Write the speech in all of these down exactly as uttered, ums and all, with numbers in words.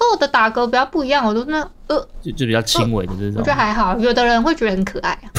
说我的打嗝比较不一样，我都那呃就就比较轻微的这种。 我觉得还好，有的人会觉得很可爱、啊。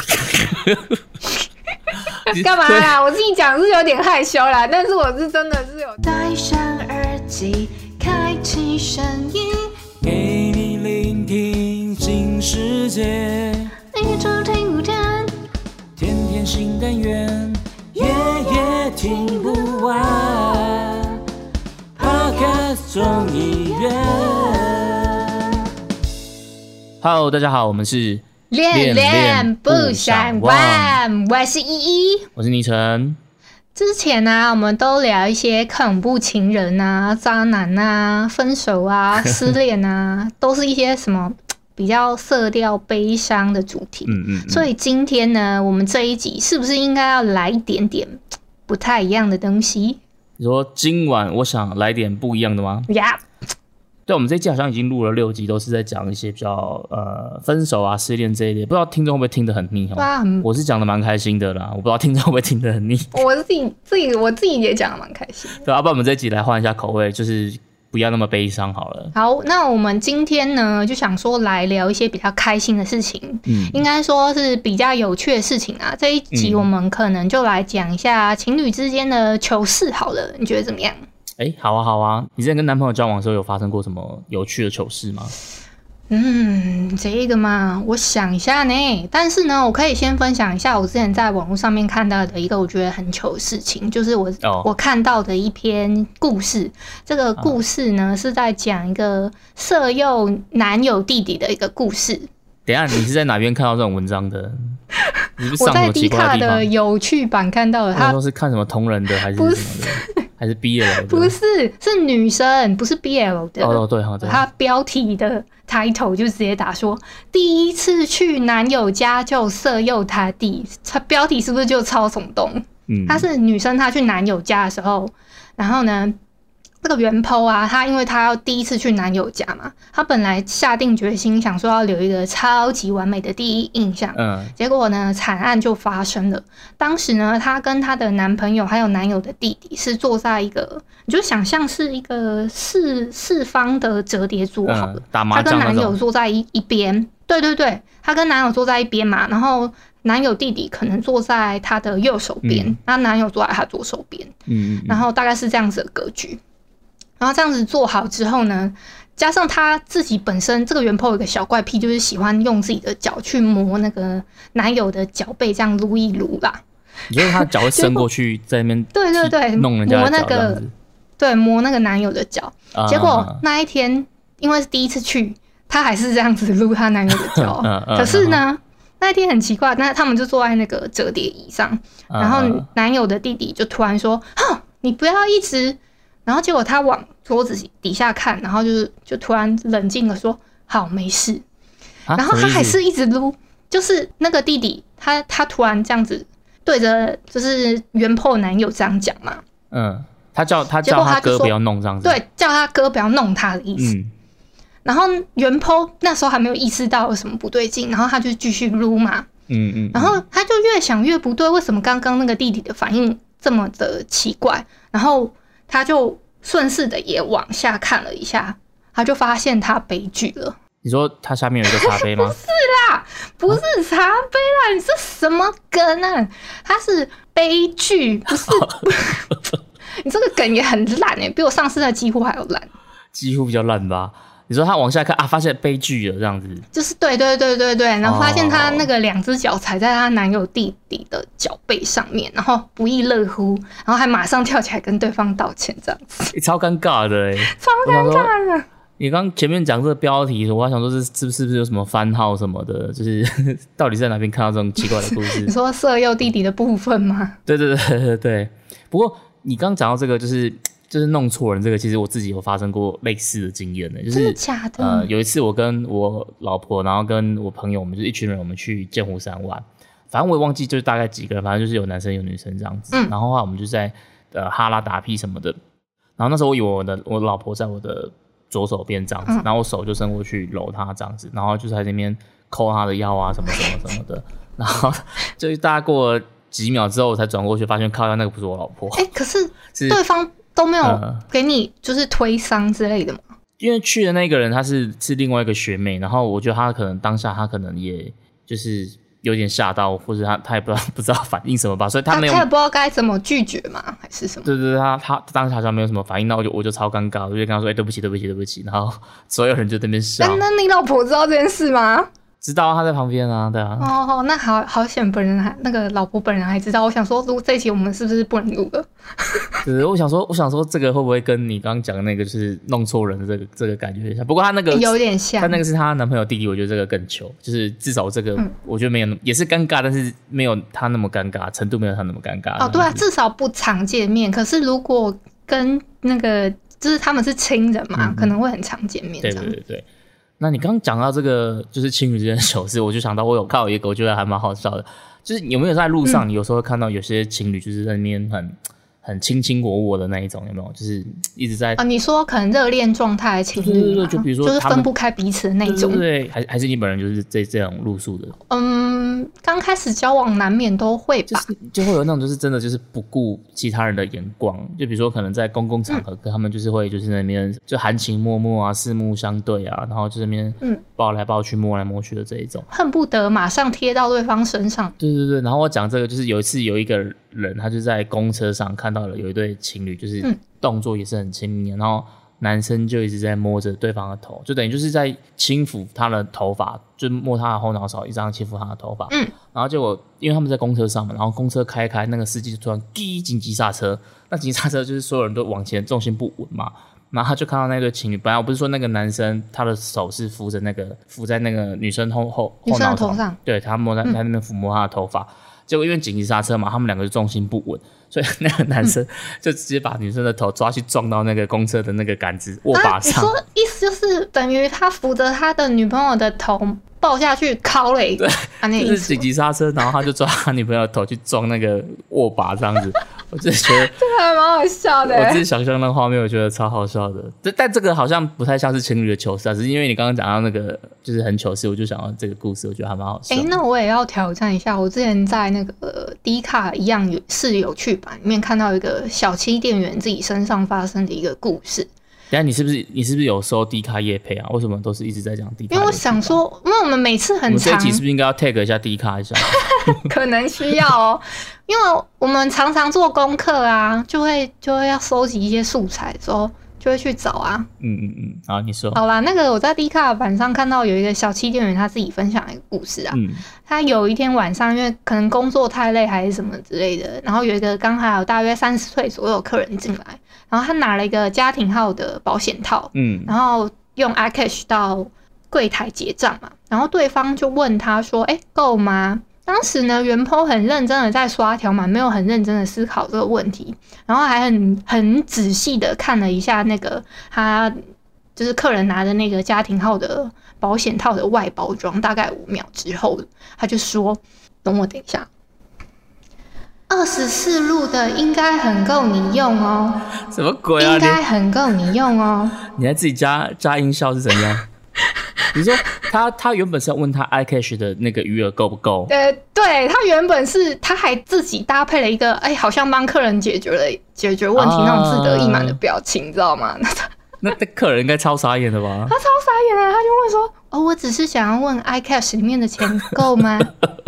干嘛啦？我自己讲是有点害羞啦，但是我是真的是有戴上耳机，开启声音， 给你聆听新世界。 一周听五天， 天天新单元，夜夜听不完。Podcast 众议院。Hello， 大家好，我们是恋恋不想忘。我是依依， 我是倪晨。 之前啊，我们都聊一些恐怖情人啊、渣男啊、分手啊、失恋啊，都是一些什么比较色调悲伤的主题。嗯嗯嗯。所以今天呢，我们这一集是不是应该要来一点点不太一样的东西？ 你说今晚我想来点不一样的吗？ 呀、yeah ， 对，我们这一季好像已经录了六集，都是在讲一些比较呃分手啊、失恋这一类，不知道听众会不会听得很腻哦？ 啊、 我是讲的蛮开心的啦，我不知道听众会不会听得很腻。 我自己自己我自己也讲的蛮开心的。 对，要、啊、不然我们这一集来换一下口味，就是不要那么悲伤好了。 好，那我们今天呢就想说来聊一些比较开心的事情，嗯，应该说是比较有趣的事情啊。这一集我们可能就来讲一下情侣之间的糗事好了，你觉得怎么样？ 哎、欸，好啊，好啊！你之前跟男朋友交往的时候有发生过什么有趣的糗事吗？ 嗯，这个嘛，我想一下呢。但是呢，我可以先分享一下我之前在网络上面看到的一个我觉得很糗的事情，就是我、哦、我看到的一篇故事。这个故事呢、哦、是在讲一个色诱男友弟弟的一个故事。 等一下，你是在哪边看到这种文章的？你是上我在 D 卡的有趣版看到的。他说是看什么同人的还是什么的？还是 B L 的？ 不是，是女生，不是 B L 的。 哦，对哈，对。 他标题的 title 就直接打说第一次去男友家就色诱他弟，他标题是不是就超耸动？嗯，她是女生，她去男友家的时候，然后呢，这个原 po 啊，她因为她要第一次去男友家嘛，她本来下定决心想说要留一个超级完美的第一印象，嗯，结果呢，惨案就发生了。当时呢，她跟她的男朋友还有男友的弟弟是坐在一个，你就想象是一个四四方的折叠桌好了，嗯、 打麻将她跟男友坐在一一边，对对对，她跟男友坐在一边嘛，然后男友弟弟可能坐在她的右手边，那、嗯、男友坐在她左手边，嗯，然后大概是这样子的格局。然后这样子做好之后呢，加上他自己本身这个原 po 有一个小怪癖，就是喜欢用自己的脚去磨那个男友的脚背，这样撸一撸啦。 你说他脚会伸过去，在那边对对对弄人家的脚， 磨那个对磨那个男友的脚、啊。结果那一天因为是第一次去，他还是这样子撸他男友的脚。可是呢，那一天很奇怪，那他们就坐在那个折叠椅上，然后男友的弟弟就突然说：“哼，你不要一直。”然后结果他往桌子底下看，然后就是就突然冷静的说：“好，没事。啊”然后他还是一直撸，就是那个弟弟，他他突然这样子对着就是原 po 男友这样讲嘛。 嗯，他叫他叫他哥不要弄这样子， 对，叫他哥不要弄他的意思。嗯、然后原 po 那时候还没有意识到有什么不对劲，然后他就继续撸嘛。嗯嗯。然后他就越想越不对，为什么刚刚那个弟弟的反应这么的奇怪？然后他就顺势的也往下看了一下，他就发现他悲剧了。 你说他下面有一个茶杯吗？ 不是啦，不是茶杯啦，你这什么梗啊？他是悲剧，不是。你这个梗也很烂哎、欸，比我上次的几乎还要烂。 几乎比较烂吧？你说他往下看啊，发现悲剧了这样子。 就是对对对对对，然后发现他那个两只脚踩在他男友弟弟的脚背上面，然后不亦乐乎，然后还马上跳起来跟对方道歉，这样子。 欸、超尴尬的哎、欸， 超尴尬的。 你刚前面讲这个标题，我还想说是是不是不是有什么番号什么的，就是到底在哪边看到这种奇怪的故事？ 你说色诱弟弟的部分吗？ 对对对对对。不过你刚讲到这个，就是就是弄错人这个，其实我自己有发生过类似的经验的，就是真的假的？ 呃，有一次我跟我老婆，然后跟我朋友，我们就一群人，我们去剑湖山玩，反正我也忘记就是大概几个人，反正就是有男生有女生这样子。嗯、然后后来我们就在呃哈拉打屁什么的，然后那时候我以为我的我老婆在我的左手边这样子，嗯、然后我手就伸过去搂她这样子，然后就在那边抠她的腰啊什么什么什么的，然后就大概过了几秒之后，我才转过去发现靠腰那个不是我老婆。 哎、欸，可是对方都没有给你就是推搡之类的吗？ 因为去的那个人他是是另外一个学妹，然后我觉得他可能当下他可能也就是有点吓到，或者他他也不知道不知道反应什么吧，所以他没有他也不知道该怎么拒绝嘛，还是什么？ 对对对，他他当时好像没有什么反应，那我就我就超尴尬，我就跟他说：“哎、欸，对不起对不起对不起。”然后所有人就在那边笑。 那那你老婆知道这件事吗？ 知道，他在旁边啊，对啊。 哦，那好好险，本人还那个老婆本人还知道。我想说，录这一集我们是不是不能录了？ 对，我想说，我想说，这个会不会跟你刚刚讲的那个就是弄错人的这个这个感觉像？不过他那个有点像， 他那个是他男朋友弟弟，我觉得这个更糗，就是至少这个、嗯、我觉得没有，也是尴尬，但是没有他那么尴尬，程度没有他那么尴尬。 哦，对啊，至少不常见面。可是如果跟那个就是他们是亲人嘛，嗯、可能会很常见面。 对对对对。那你刚刚讲到这个就是情侣之间的糗事，我就想到我有看到一个，我觉得还蛮好笑的，就是有没有在路上，你有时候会看到有些情侣就是在那边很很卿卿我我的那一种，有没有？就是一直在啊，你说可能热恋状态的情侣，对对对， 就比如说就是分不开彼此的那种， 对对对，还还是你本人就是这这种路数的？ 嗯，刚开始交往难免都会吧， 就是就会有那种就是真的就是不顾其他人的眼光，就比如说可能在公共场合，嗯、跟他们就是会就是那边就含情脉脉啊，四目相对啊，然后就那边嗯抱来抱去、摸来摸去的这一种， 恨不得马上贴到对方身上。 对对对，然后我讲这个就是有一次有一个人他就在公车上看到了有一对情侣，就是动作也是很亲密，然后男生就一直在摸着对方的头，就等于就是在轻抚他的头发，就摸他的后脑勺，一直这样轻抚他的头发。嗯，然后结果因为他们在公车上嘛，然后公车开开，那个司机就突然滴紧急刹车，那紧急刹车就是所有人都往前，重心不稳嘛。然后他就看到那对情侣，本来我不是说那个男生他的手是扶着那个扶在那个女生后后后脑勺，对，他摸在他那边抚摸他的头发。嗯，结果因为紧急刹车嘛，他们两个就重心不稳，所以那个男生就直接把女生的头抓去撞到那个公车的那个杆子握把上。 啊，你说意思就是等于他扶着他的女朋友的头抱下去敲了一个， 对，就是紧急刹车，然后他就抓他女朋友的头去撞那个握把这样子。我真的觉得这个还蛮好笑的， 我自己想象那个画面，我觉得超好笑的。但这个好像不太像是情侣的糗事啊，只是因为你刚刚讲到那个就是很糗事，我就想到这个故事，我觉得还蛮好笑的。 哎、欸，那我也要挑战一下，我之前在那个 D 卡一样有是有趣版里面看到一个小七店员自己身上发生的一个故事。 等一下你是不是你是不是有收 D 卡业配啊？为什么都是一直在讲 D 卡？ 因为我想说，因为我们每次很常， 我们这一集是不是应该要 tag 一下 D 卡一下？ 可能需要哦，因为我们常常做功课啊，就会就会要收集一些素材之后，就会去找啊。 嗯嗯嗯，好，你说。 好啦，那个我在 D 卡版上看到有一个小七店员他自己分享一个故事啊。嗯。他有一天晚上，因为可能工作太累还是什么之类的，然后有一个刚好有大约三十岁左右的客人进来，然后他拿了一个家庭号的保险套，嗯，然后用 iCash 到柜台结账嘛，然后对方就问他说：“哎、欸，够吗？”当时呢，袁po很认真的在刷条码，没有很认真的思考这个问题，然后还很很仔细的看了一下那个他就是客人拿的那个家庭号的保险套的外包装，大概五秒之后，他就说：“等我等一下，二十四路的应该很够你用哦。” 什么鬼啊？ 应该很够你用哦。 你还自己加加音效是怎样？你说他他原本是要问他 iCash 的那个余额够不够？ 呃，对，他原本是他还自己搭配了一个，哎、欸，好像帮客人解决了解决问题、啊、那种自得意满的表情，你知道吗？ 那那客人应该超傻眼的吧？ 他超傻眼的，他就问说：“哦，我只是想要问 iCash 里面的钱够吗？”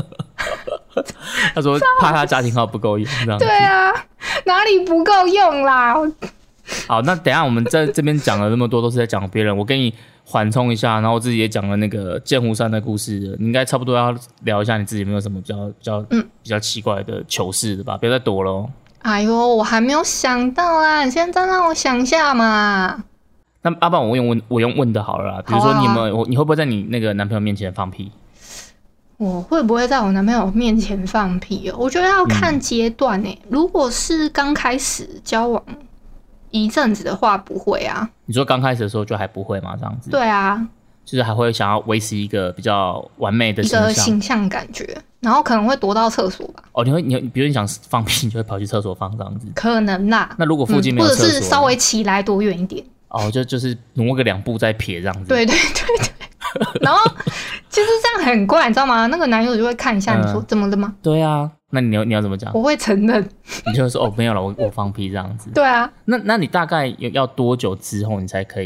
他说怕他家庭号不够用，这样子。 对啊，哪里不够用啦？ 好，那等一下我们在这边讲了那么多，都是在讲别人，我给你缓冲一下，然后我自己也讲了那个剑湖山的故事了，你应该差不多要聊一下你自己有没有什么比较比较、嗯、比较奇怪的糗事的吧？不要再躲了哦。 哎呦，我还没有想到啦，你现在再让我想一下嘛。 那要不然我用问，我用问的好了啦。比如说你有没有，啊、你会不会在你那个男朋友面前放屁？ 我会不会在我男朋友面前放屁哦？我觉得要看阶段诶、欸嗯。如果是刚开始交往一阵子的话，不会啊。你说刚开始的时候就还不会吗？这样子？ 对啊， 就是还会想要维持一个比较完美的形象， 一个形象感觉，然后可能会躲到厕所吧。 哦，你会你比如你想放屁，你就会跑去厕所放这样子？ 可能啦。 那如果附近没有厕所、嗯， 或者是稍微起来躲远一点。 哦，就就是挪个两步再撇这样子。 对对对对。然后其实这样很怪，你知道吗？那个男友就会看一下，你说、嗯、怎么了吗？ 对啊，那你要你要怎么讲？ 我会承认， 你就说哦没有了，我我放屁这样子。 对啊， 那那你大概要多久之后你才可以很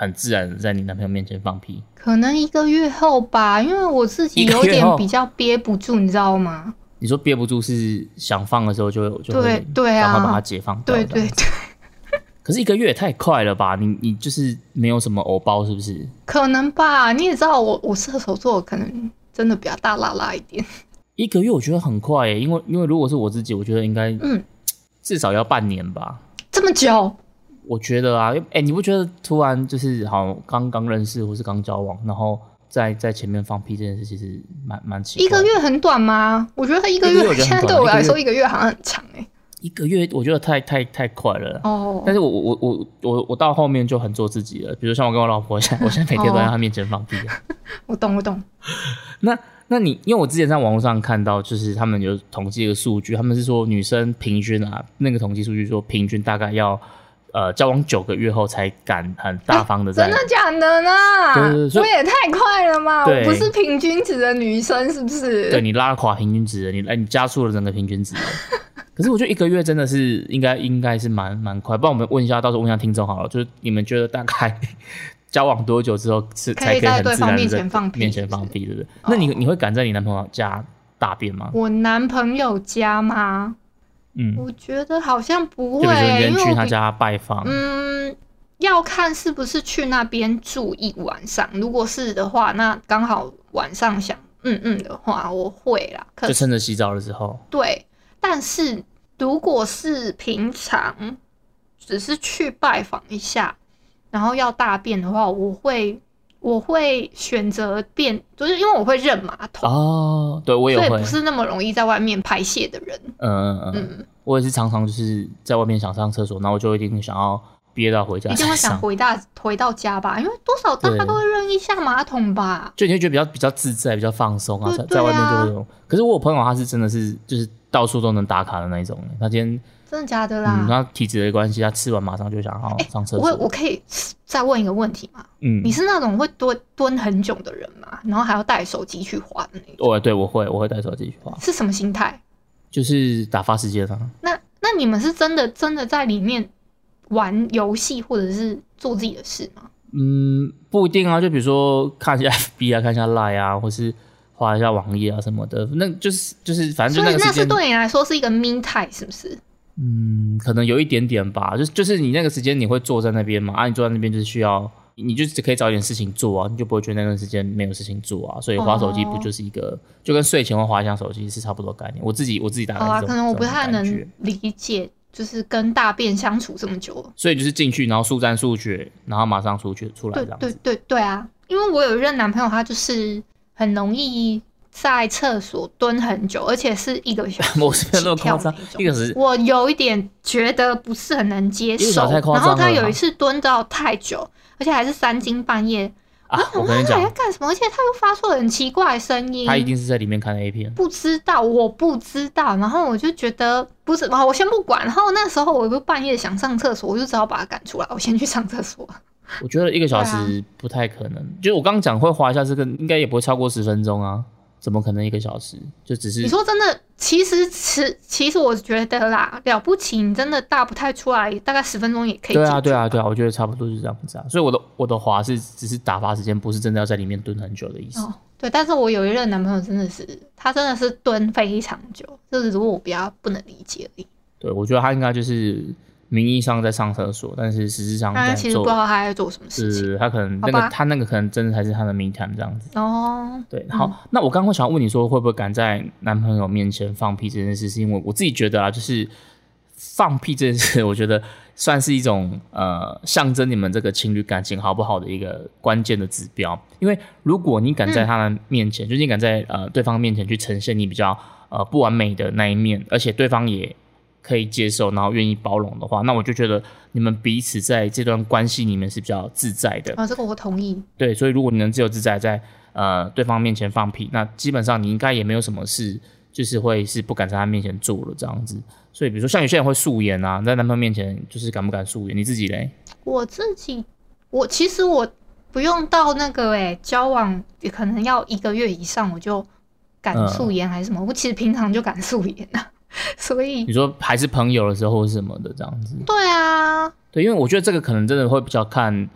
很自然的在你男朋友面前放屁？ 可能一个月后吧，因为我自己有点比较憋不住，你知道吗？ 你说憋不住是想放的时候就就会对啊， 赶快把它解放掉。 对对对。 可是一个月也太快了吧？你你就是没有什么偶包是不是？ 可能吧，你也知道我我射手座可能真的比较大辣辣一点。 一个月我觉得很快耶，因为因为如果是我自己，我觉得应该嗯至少要半年吧。 这么久？ 我觉得啊，哎、欸，你不觉得突然就是好刚刚认识或是刚交往，然后在在前面放屁这件事，其实蛮蛮奇怪的。 一个月很短吗？我觉得一个月现在对我来说一个月好像很长哎。 一个月我觉得太太太快了哦。 Oh. 但是我我我我我到后面就很做自己了，比如像我跟我老婆，我现在每天都在她面前放屁。 我懂我懂。 那那你因为我之前在网络上看到，就是他们有统计一个数据，他们是说女生平均啊，那个统计数据说平均大概要。呃，交往九个月后才敢很大方的在、 欸，真的假的呢？ 对对对， 我也太快了嘛！我不是平均值的女生，是不是？ 对，你拉垮平均值了，你哎，你加速了整个平均值了。可是我觉得一个月真的是应该应该是蛮蛮快，不然我们问一下，到时候问一下听众好了，就是你们觉得大概交往多久之后是才可以很自然的面前放屁？ 面前放屁，对不对？那你你会敢在你男朋友家大便吗？ 我男朋友家吗？嗯，我觉得好像不会、欸， 因为去他家拜访， 嗯，要看是不是去那边住一晚上。如果是的话，那刚好晚上想嗯嗯的话，我会啦。可就趁着洗澡的时候。 对，但是如果是平常只是去拜访一下，然后要大便的话，我会。我会选择便，就是因为我会认马桶哦，对我也会， 所以不是那么容易在外面排泄的人。 嗯嗯嗯，我也是常常就是在外面想上厕所，然后我就一定想要憋到回家， 一定会想回到回到家吧，因为多少大家都会认一下马桶吧， 就你会觉得比较比较自在，比较放松啊，在在外面就会有。可是我有朋友他是真的是就是到处都能打卡的那一种，他今天。 真的假的啦？ 嗯，他体质的关系，他吃完马上就想要上厕所。 欸、我我可以再问一个问题吗？嗯，你是那种会蹲蹲很久的人吗？然后还要带手机去滑的那种？ 哦，对，我会，我会带手机去滑。 是什么心态？ 就是打发时间啊。 那那你们是真的真的在里面玩游戏或者是做自己的事吗？ 嗯，不一定啊。就比如说看一下 F B 啊，看一下 Line 啊，或是滑一下网页啊什么的。那就是就是反正就那个时间。 所以那是对你来说是一个 me time 是不是？ 嗯，可能有一点点吧，就就是你那个时间你会坐在那边嘛，啊，你坐在那边就是需要，你就可以找一点事情做啊，你就不会觉得那段时间没有事情做啊，所以滑手机不就是一个，哦、就跟睡前会滑一下手机是差不多概念。我自己我自己大概是这种， 好啊，可能我不太能理解，就是跟大便相处这么久， 所以就是进去，然后速战速决，然后马上出去出来这样子。 对对对对啊，因为我有一任男朋友，他就是很容易。在厕所蹲很久，而且是一个小时。 我是没有那么夸张，一个小时。 我有一点觉得不是很能接受。 一个小时太夸张了。 然后他有一次蹲到太久，而且还是三更半夜。 啊！我跟你讲， 他在干什么？而且他又发出了很奇怪的声音。 他一定是在里面看 A 片。 不知道，我不知道。然后我就觉得不是，我先不管。然后那时候我就半夜想上厕所，我就只好把他赶出来。我先去上厕所。 我觉得一个小时不太可能。啊、就是我刚刚讲会滑一下这个，应该也不会超过十分钟啊。怎么可能一个小时？就只是你说真的，其实其其实我觉得啦，了不起，你真的大不太出来，大概十分钟也可以。 对啊，对啊，对啊，我觉得差不多是这样子啊。所以我的我的滑是只是打发时间，不是真的要在里面蹲很久的意思。 哦，对，但是我有一任男朋友真的是，他真的是蹲非常久，就是如果我比较不能理解而已。 对，我觉得他应该就是名义上在上厕所，但是实质上在做， 他其实不知道他在做什么事情。 是，他可能那个他那个可能真的才是他的 me time 这样子。 哦， 对，好，嗯、那我刚刚想问你说，会不会敢在男朋友面前放屁这件事？是因为我自己觉得啊，就是放屁这件事，我觉得算是一种呃象征你们这个情侣感情好不好的一个关键的指标。因为如果你敢在他的面前，嗯、就是你敢在呃对方面前去呈现你比较呃不完美的那一面，而且对方也可以接受，然后愿意包容的话，那我就觉得你们彼此在这段关系里面是比较自在的。 哦，这个我同意。 对，所以如果你能自由自在在呃对方面前放屁，那基本上你应该也没有什么事，就是会是不敢在他面前做了这样子。所以比如说像有些人会素颜啊，在男朋友面前就是敢不敢素颜？你自己嘞？ 我自己，我其实我不用到那个诶、欸、交往也可能要一个月以上我就敢素颜还是什么，嗯、我其实平常就敢素颜啊。所以你说还是朋友的时候或是什么的这样子？ 对啊， 对，因为我觉得这个可能真的会比较看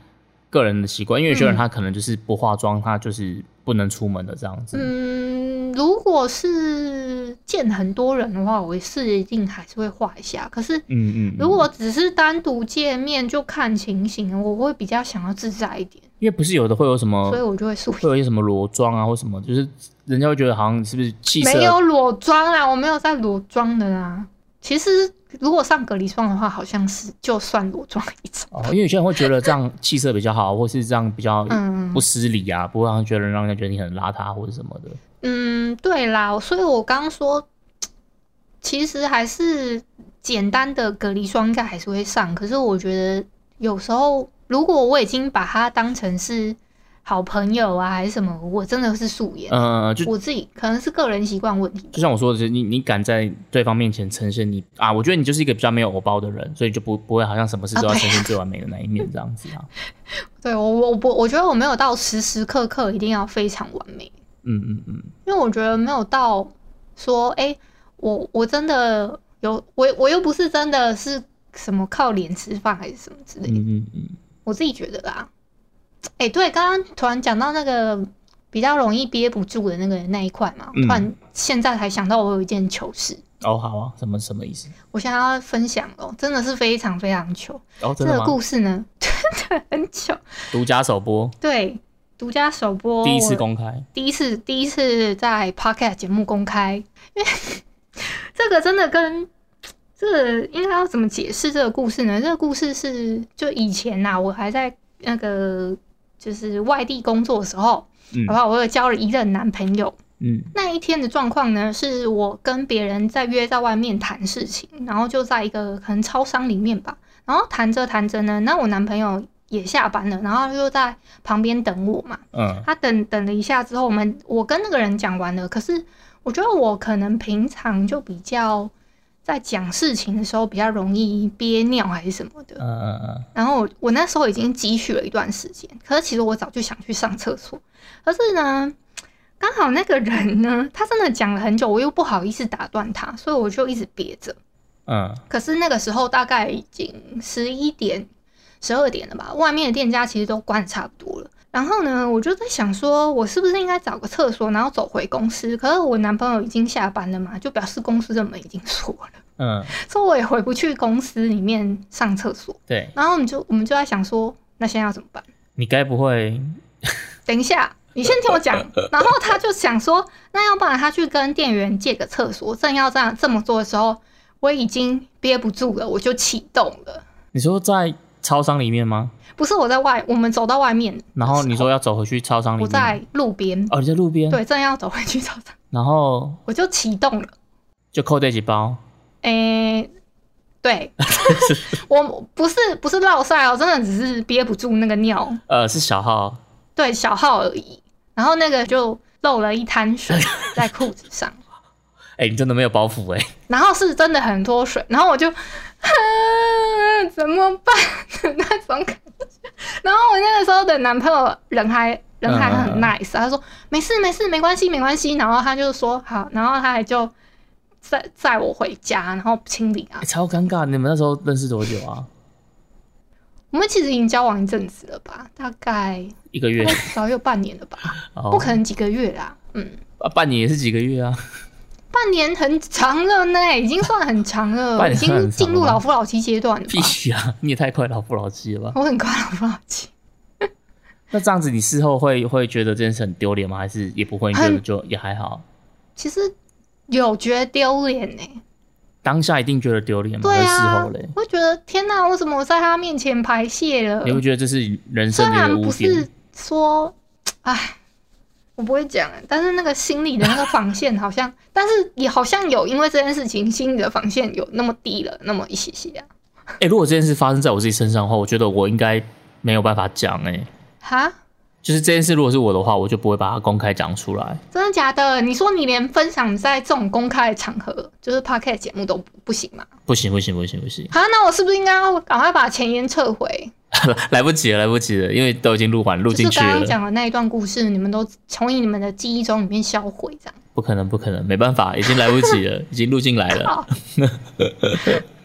个人的习惯，因为有些人他可能就是不化妆，嗯、他就是不能出门的这样子。 嗯，如果是见很多人的话，我是一定还是会化一下。可是，嗯嗯嗯，如果只是单独见面就看情形，我会比较想要自在一点。 因为不是有的会有什么， 所以我就会素颜， 会有一些什么裸妆啊或什么，就是人家会觉得好像是不是气色没有裸妆啦，我没有在裸妆的啦。其实如果上隔离霜的话，好像是就算裸妆一种哦，因为有些人会觉得这样气色比较好，或是这样比较不失礼啊，嗯、不会让觉得让人家觉得你很邋遢或者什么的。 嗯，对啦，所以我刚刚说，其实还是简单的隔离霜应该还是会上，可是我觉得有时候。如果我已经把它当成是好朋友啊，还是什么，我真的是素颜。嗯，就我自己可能是个人习惯问题。 就像我说的，你你敢在对方面前呈现你啊，我觉得你就是一个比较没有偶包的人，所以就不不会好像什么事都要呈现最完美的那一面这样子啊。 对我我不我觉得我没有到时时刻刻一定要非常完美。嗯嗯嗯，因为我觉得没有到说，哎、欸，我我真的有我我又不是真的是什么靠脸吃饭还是什么之类的。嗯嗯嗯。我自己觉得啦，哎、欸，对，刚刚突然讲到那个比较容易憋不住的那个那一块嘛，嗯、突然现在才想到我有一件糗事。 哦，好啊，什么什么意思？ 我想要分享哦，真的是非常非常糗。 哦，真的吗？ 这个故事呢，真的很糗。 独家首播。 对，独家首播， 第一次公开， 第一次第一次在 Podcast 节目公开，因为这个真的跟。这个应该要怎么解释这个故事呢？这个故事是就以前呐、啊，我还在那个就是外地工作的时候，嗯，然后我有交了一任男朋友，嗯，那一天的状况呢，是我跟别人在约在外面谈事情，然后就在一个可能超商里面吧，然后谈着谈着呢，那我男朋友也下班了，然后就在旁边等我嘛，嗯，他等等了一下之后，我们我跟那个人讲完了，可是我觉得我可能平常就比较。在讲事情的时候比较容易憋尿还是什么的，嗯嗯嗯。然后我我那时候已经积蓄了一段时间，可是其实我早就想去上厕所，可是呢，刚好那个人呢，他真的讲了很久，我又不好意思打断他，所以我就一直憋着，嗯。可是那个时候大概已经十一点、十二点了吧，外面的店家其实都关得差不多了。然后呢，我就在想说，我是不是应该找个厕所，然后走回公司？可是我男朋友已经下班了嘛，就表示公司的门已经锁了。嗯，所以我也回不去公司里面上厕所。 对。 然后我们就我们就在想说，那现在要怎么办？ 你该不会？ 等一下，你先听我讲。然后他就想说，那要不然他去跟店员借个厕所。正要这样这么做的时候，我已经憋不住了，我就启动了。 你说在超商里面吗？ 不是，我在外，我们走到外面， 然后你说要走回去超商里面， 我在路边。 哦，你在路边？ 对，正要走回去超商， 然后我就启动了， 就扣这几包。 诶、欸，对，我不是不是落晒哦，真的只是憋不住那个尿。 呃，是小号， 对，小号而已。然后那个就漏了一滩水在裤子上。 哎、欸，你真的没有包袱哎、欸。 然后是真的很多水，然后我就，怎么办的那种感觉。然后我那个时候的男朋友人还人还很 nice，、嗯、他说没事没事没关系没关系，然后他就说好，然后他还就载载我回家，然后清理啊、 欸。超尴尬！你们那时候认识多久啊？ 我们其实已经交往一阵子了吧，大概一个月， 至少有半年了吧，哦、不可能几个月啦，嗯， 啊，半年也是几个月啊。 半年很长了呢，已经算很长了，已经进入老夫老妻阶段了吧。 屁啊！你也太快老夫老妻了吧？ 我很快老夫老妻。 那这样子，你事后会会觉得这件事很丢脸吗？还是也不会？你觉得就也还好？ 其实有觉得丢脸呢。 当下一定觉得丢脸吗？ 对啊， 事后嘞， 我觉得天哪，为什么我在他面前排泄了？ 你会觉得这是人生的污点？ 虽然不是说，哎。我不会讲，但是那个心里的那个防线好像，但是也好像有因为这件事情，心里的防线有那么低了，那么一些些啊。 哎、欸，如果这件事发生在我自己身上的话，我觉得我应该没有办法讲哎、欸。 哈？ 就是这件事如果是我的话，我就不会把它公开讲出来。 真的假的？你说你连分享在这种公开的场合，就是 podcast 节目都 不, 不行吗？ 不行不行不行不行。 好，那我是不是应该要赶快把前言撤回？ 来不及了，来不及了，因为都已经录完，录进去了。就是刚刚讲的那一段故事，你们都从你们的记忆中里面销毁，这样不可能，不可能，没办法，已经来不及了，已经录进来了。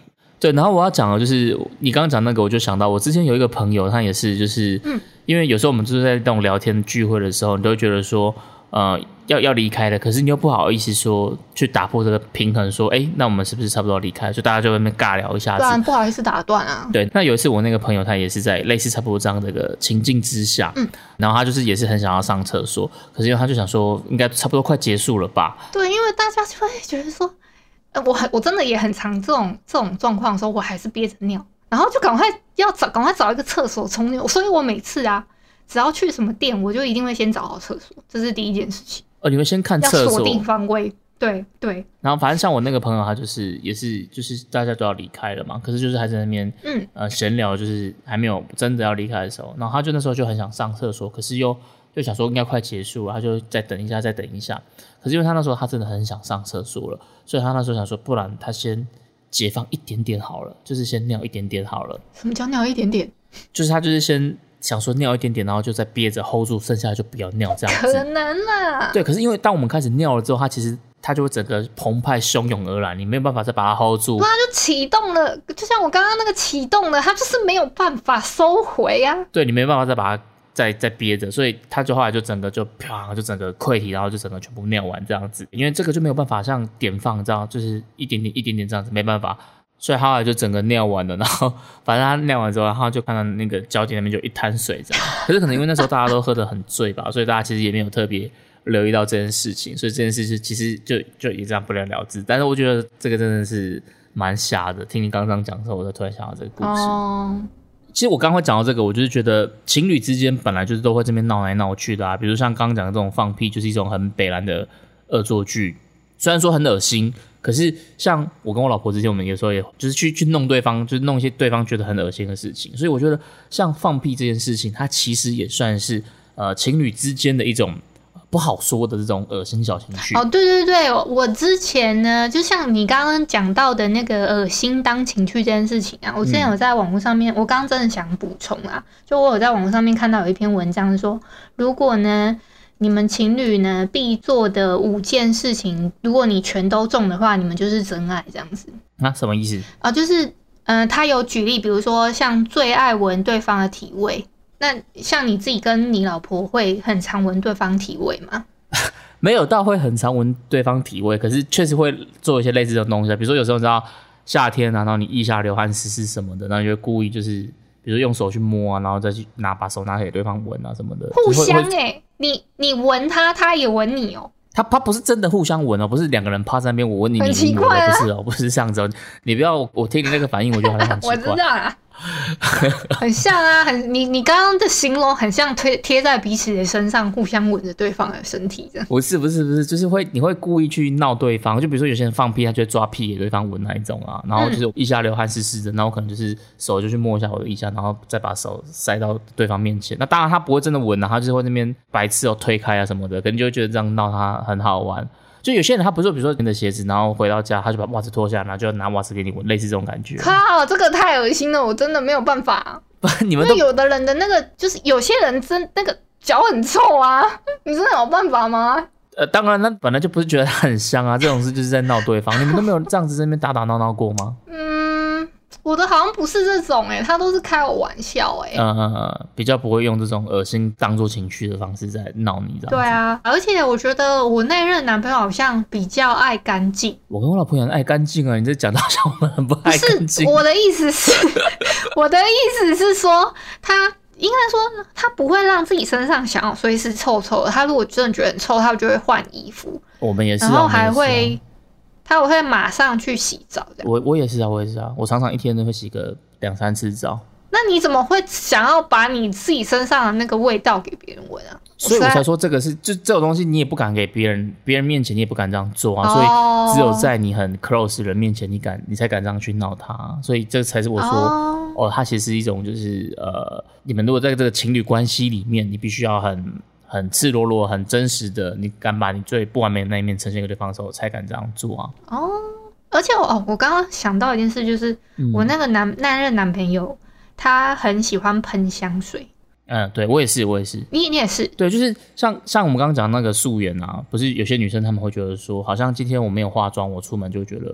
对，然后我要讲的就是你刚刚讲那个，我就想到我之前有一个朋友，他也是就是，嗯，因为有时候我们就是在那种聊天聚会的时候，你都会觉得说，呃，要要离开了，可是你又不好意思说去打破这个平衡，说，哎，那我们是不是差不多离开？就大家就在那边尬聊一下子， 不然不好意思打断啊。 对，那有一次我那个朋友他也是在类似差不多这样的一个情境之下，嗯，然后他就是也是很想要上厕所，可是因为他就想说，应该差不多快结束了吧？ 对，因为大家就会觉得说。呃，我很我真的也很常这种这种状况的时候，我还是憋着尿，然后就赶快要找赶快找一个厕所冲尿，所以我每次啊，只要去什么店，我就一定会先找好厕所，这是第一件事情。 哦，你们先看厕所， 要锁定方位，对对。 然后反正像我那个朋友，他就是也是就是大家都要离开了嘛，可是就是还在那边嗯呃闲聊，就是还没有真的要离开的时候，然后他就那时候就很想上厕所，可是又就想说应该快结束了，他就再等一下再等一下。可是因为他那时候他真的很想上厕所了，所以他那时候想说，不然他先解放一点点好了，就是先尿一点点好了。 什么叫尿一点点？ 就是他就是先想说尿一点点，然后就再憋着 hold 住，剩下的就不要尿这样子。 可能啦。对， 可是因为当我们开始尿了之后，他其实他就会整个澎湃汹涌而来，你没有办法再把它 hold 住。 不然就启动了，就像我刚刚那个启动了，它就是没有办法收回啊。 对，你没办法再把它。在在憋着，所以他就后来就整个就啪，就整个溃体，然后就整个全部尿完这样子。因为这个就没有办法像点放这样，就是一点点一点点这样子，没办法。所以他后来就整个尿完了，然后反正他尿完之后，然后就看到那个脚底那边就一滩水这样。可是可能因为那时候大家都喝得很醉吧，所以大家其实也没有特别留意到这件事情，所以这件事情其实就就也这样不了了之。但是我觉得这个真的是蛮瞎的。听你刚刚讲的时候，我就突然想到这个故事。哦其实我刚刚会讲到这个，我就是觉得情侣之间本来就是都会这边闹来闹去的啊，比如像刚刚讲的这种放屁，就是一种很北蓝的恶作剧，虽然说很恶心，可是像我跟我老婆之间，我们有时候也就是去去弄对方，就是弄一些对方觉得很恶心的事情，所以我觉得像放屁这件事情，它其实也算是呃情侣之间的一种不好说的这种恶心小情绪。 哦，对对对，我之前呢，就像你刚刚讲到的那个恶心当情趣这件事情啊，我之前有在网络上面，嗯、我刚刚真的想补充啊，就我有在网络上面看到有一篇文章说，如果呢你们情侣呢必做的五件事情，如果你全都中的话，你们就是真爱这样子。 啊，什么意思？ 啊，就是呃，他有举例，比如说像最爱闻对方的体味。那像你自己跟你老婆会很常闻对方体味吗？ 没有到会很常闻对方体味，可是确实会做一些类似的东西，比如说有时候你知道夏天啊，然后你腋下流汗湿湿什么的，然后你就会故意就是比如用手去摸啊，然后再去拿把手拿给对方闻啊什么的， 互相哎、欸，你你闻他，他也闻你哦。 他他不是真的互相闻哦，不是两个人趴在那边我闻你， 很奇怪啊， 不是哦，不是这样子哦，你不要我听你那个反应，我觉得好像很奇怪。 我知道啊。很像啊，很你你刚刚的形容很像贴贴在彼此的身上，互相吻着对方的身体这样。 不是不是不是，就是会你会故意去闹对方，就比如说有些人放屁，他就会抓屁给对方闻那一种啊，然后就是腋下流汗湿湿的，然后可能就是手就去摸一下我的腋下，然后再把手塞到对方面前。那当然他不会真的闻啊，他就是会那边白痴哦推开啊什么的，可能就会觉得这样闹他很好玩。就有些人他不是比如说你的鞋子，然后回到家他就把袜子脱下来，然后就拿袜子给你闻，类似这种感觉。 靠，这个太恶心了，我真的没有办法。 你们都有的人的那个就是有些人真那个脚很臭啊，你真的有办法吗？ 呃，当然，那本来就不是觉得很香啊，这种事就是在闹对方。你们都没有这样子在那边打打闹闹过吗？ 嗯，我的好像不是这种哎、欸，他都是开我玩笑哎、欸。 嗯嗯嗯，比较不会用这种恶心当做情绪的方式在闹你这样子。 对啊，而且我觉得我那任男朋友好像比较爱干净。 我跟我老婆也爱干净啊，你这讲到好像我们很不爱干净。 不是，我的意思是，我的意思是说他。应该说，他不会让自己身上想要随时臭臭的。他如果真的觉得很臭，他就会换衣服。 我们也是、啊， 然后还会，啊、他会马上去洗澡这样。 我我也是啊，我也是啊，我常常一天都会洗个两三次澡。 那你怎么会想要把你自己身上的那个味道给别人闻啊？ 所以我才说这个是，就这种东西你也不敢给别人，别人面前你也不敢这样做啊。哦、所以只有在你很 close 的人面前，你敢，你才敢这样去闹他。所以这才是我说，哦，哦它其实是一种就是呃，你们如果在这个情侣关系里面，你必须要很很赤裸裸、很真实的，你敢把你最不完美的那一面呈现给对方的时候，才敢这样做啊。 哦，而且哦，我刚刚想到一件事，就是、嗯、我那个男那任男朋友。他很喜欢喷香水， 嗯，对我也是，我也是， 你你也是， 对，就是像像我们刚刚讲那个素颜啊，不是有些女生她们会觉得说，好像今天我没有化妆，我出门就觉得